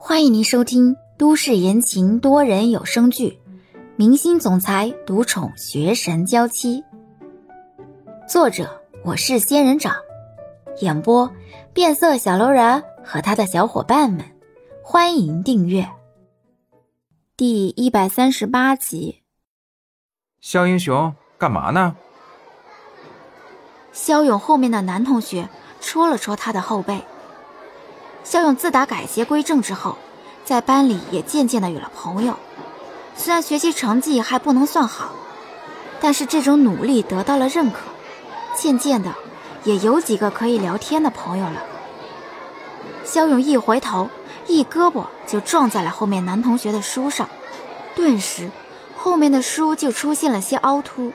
欢迎您收听都市言情多人有声剧《明星总裁独宠学神娇妻》，作者我是仙人掌，演播变色小楼人和他的小伙伴们。欢迎订阅。第138集。 肖英雄干嘛呢？ 肖勇后面的男同学戳了戳他的后背。肖勇自打改邪归正之后，在班里也渐渐的有了朋友，虽然学习成绩还不能算好，但是这种努力得到了认可，渐渐的也有几个可以聊天的朋友了。肖勇一回头，一胳膊就撞在了后面男同学的书上，顿时后面的书就出现了些凹凸。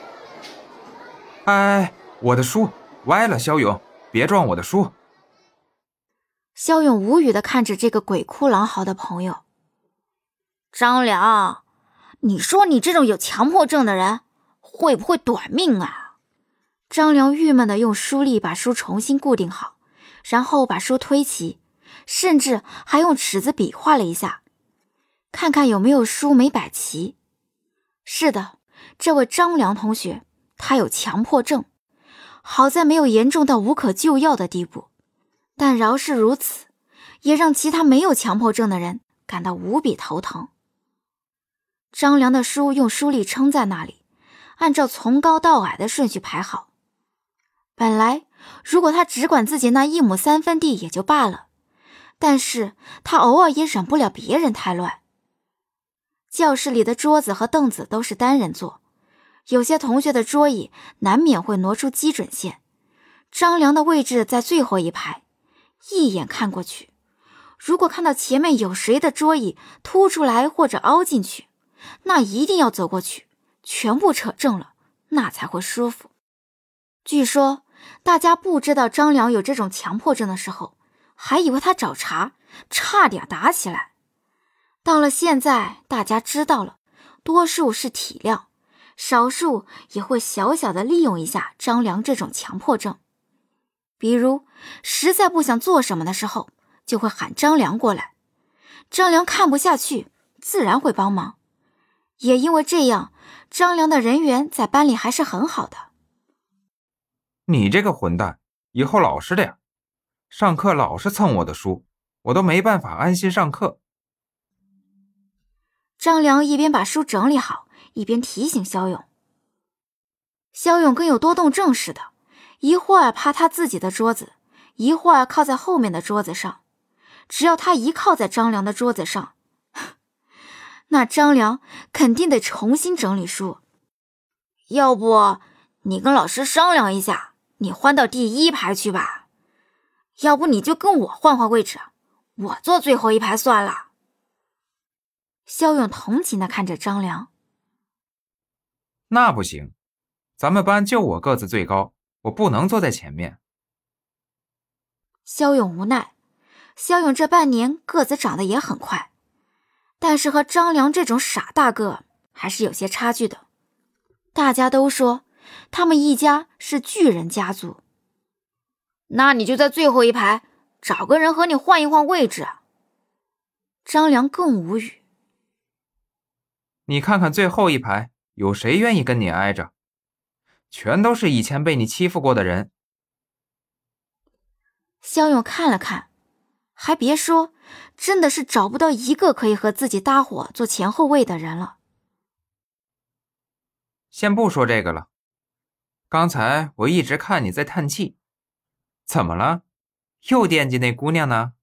哎，我的书歪了，肖勇，别撞我的书。 肖勇无语地看着这个鬼哭狼嚎的朋友。张良，你说你这种有强迫症的人会不会短命啊？张良郁闷地用书立把书重新固定好，然后把书推齐，甚至还用尺子比划了一下，看看有没有书没摆齐。是的，这位张良同学他有强迫症，好在没有严重到无可救药的地步，但饶是如此，也让其他没有强迫症的人感到无比头疼。张良的书用书立撑在那里，按照从高到矮的顺序排好。本来如果他只管自己那1亩3分地也就罢了，但是他偶尔也忍不了别人太乱。教室里的桌子和凳子都是单人座，有些同学的桌椅难免会挪出基准线，张良的位置在最后一排，一眼看过去，如果看到前面有谁的桌椅凸出来或者凹进去，那一定要走过去，全部扯正了，那才会舒服。据说大家不知道张良有这种强迫症的时候，还以为他找茬，差点打起来。到了现在，大家知道了，多数是体谅，少数也会小小的利用一下张良这种强迫症。比如实在不想做什么的时候，就会喊张良过来，张良看不下去，自然会帮忙。也因为这样，张良的人缘在班里还是很好的。 你这个混蛋，以后老实点，上课老是蹭我的书，我都没办法安心上课。 张良一边把书整理好，一边提醒肖勇。肖勇跟有多动症似的，一会儿趴他自己的桌子，一会儿靠在后面的桌子上。只要他一靠在张良的桌子上，那张良肯定得重新整理书。要不你跟老师商量一下，你换到第1排去吧。要不你就跟我换换位置，我坐最后一排算了。肖勇同情地看着张良。 那不行，咱们班就我个子最高，我不能坐在前面。 肖勇无奈，肖勇这半年个子长得也很快，但是和张良这种傻大个还是有些差距的。大家都说他们一家是巨人家族。那你就在最后一排，找个人和你换一换位置。张良更无语。 你看看最后一排，有谁愿意跟你挨着？全都是以前被你欺负过的人。 肖勇看了看，还别说，真的是找不到一个可以和自己搭伙坐前后位的人了。 先不说这个了，刚才我一直看你在叹气，怎么了？又惦记那姑娘呢？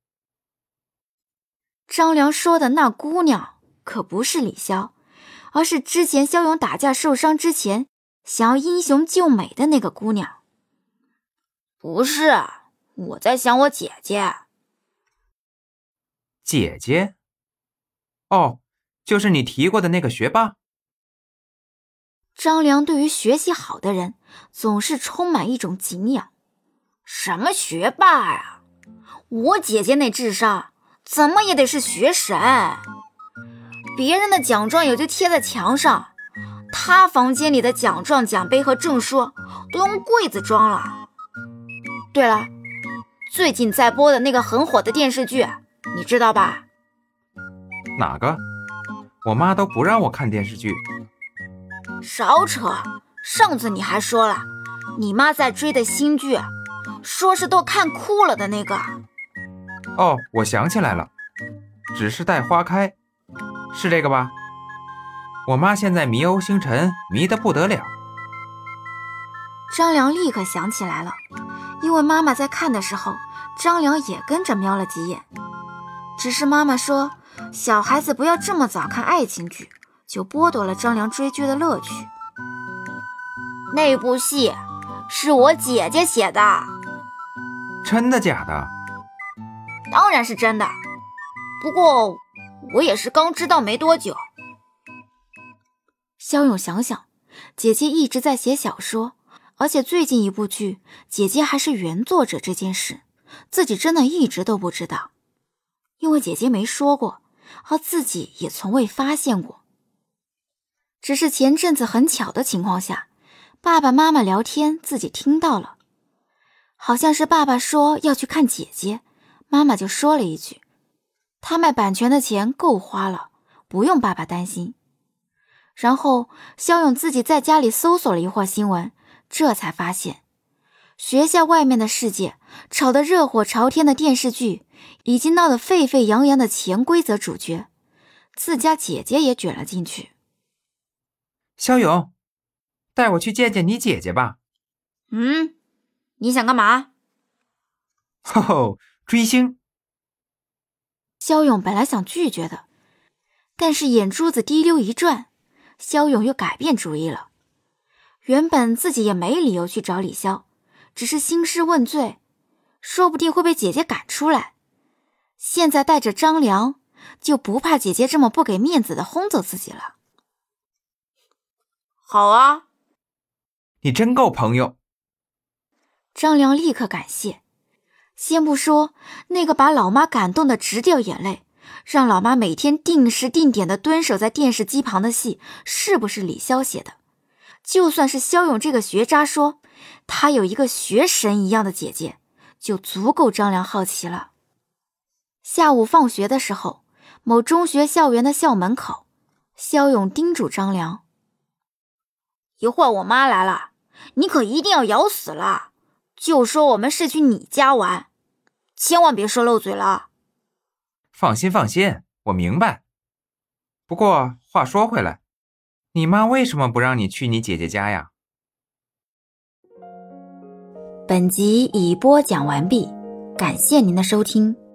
张良说的那姑娘可不是李潇，而是之前肖勇打架受伤之前想要英雄救美的那个姑娘。不是，我在想我姐姐。 姐姐？哦，就是你提过的那个学霸。 张良对于学习好的人总是充满一种敬仰。什么学霸啊？我姐姐那智商怎么也得是学神。别人的奖状也就贴在墙上，他房间里的奖状、奖杯和证书都用柜子装了。对了，最近在播的那个很火的电视剧，你知道吧？ 哪个？我妈都不让我看电视剧。 少扯，上次你还说了，你妈在追的新剧，说是都看哭了的那个。 哦，我想起来了，只是待花开，是这个吧？我妈现在迷欧星辰迷得不得了。 张良立刻想起来了，因为妈妈在看的时候，张良也跟着瞄了几眼。只是妈妈说，小孩子不要这么早看爱情剧，就剥夺了张良追剧的乐趣。那部戏是我姐姐写的。 真的假的？ 当然是真的，不过我也是刚知道没多久。肖勇想想，姐姐一直在写小说，而且最近一部剧姐姐还是原作者这件事，自己真的一直都不知道，因为姐姐没说过，而自己也从未发现过。只是前阵子很巧的情况下，爸爸妈妈聊天自己听到了，好像是爸爸说要去看姐姐，妈妈就说了一句，他卖版权的钱够花了，不用爸爸担心。然后肖勇自己在家里搜索了一会儿新闻，这才发现学校外面的世界吵得热火朝天的电视剧，已经闹得沸沸扬扬的潜规则主角，自家姐姐也卷了进去。 肖勇，带我去见见你姐姐吧。 你想干嘛？ 吼吼，追星。 肖勇本来想拒绝的，但是眼珠子滴溜一转，肖勇又改变主意了。原本自己也没理由去找李潇，只是兴师问罪，说不定会被姐姐赶出来。现在带着张良，就不怕姐姐这么不给面子的轰走自己了。好啊， 你真够朋友。 张良立刻感谢。先不说那个把老妈感动得直掉眼泪，让老妈每天定时定点的蹲守在电视机旁的戏，是不是李潇写的？就算是肖勇这个学渣说他有一个学神一样的姐姐，就足够张良好奇了。下午放学的时候，某中学校园的校门口，肖勇叮嘱张良，一会儿我妈来了，你可一定要咬死了，就说我们是去你家玩，千万别说漏嘴了。 放心放心，我明白。不过话说回来，你妈为什么不让你去你姐姐家呀？ 本集已播讲完毕，感谢您的收听。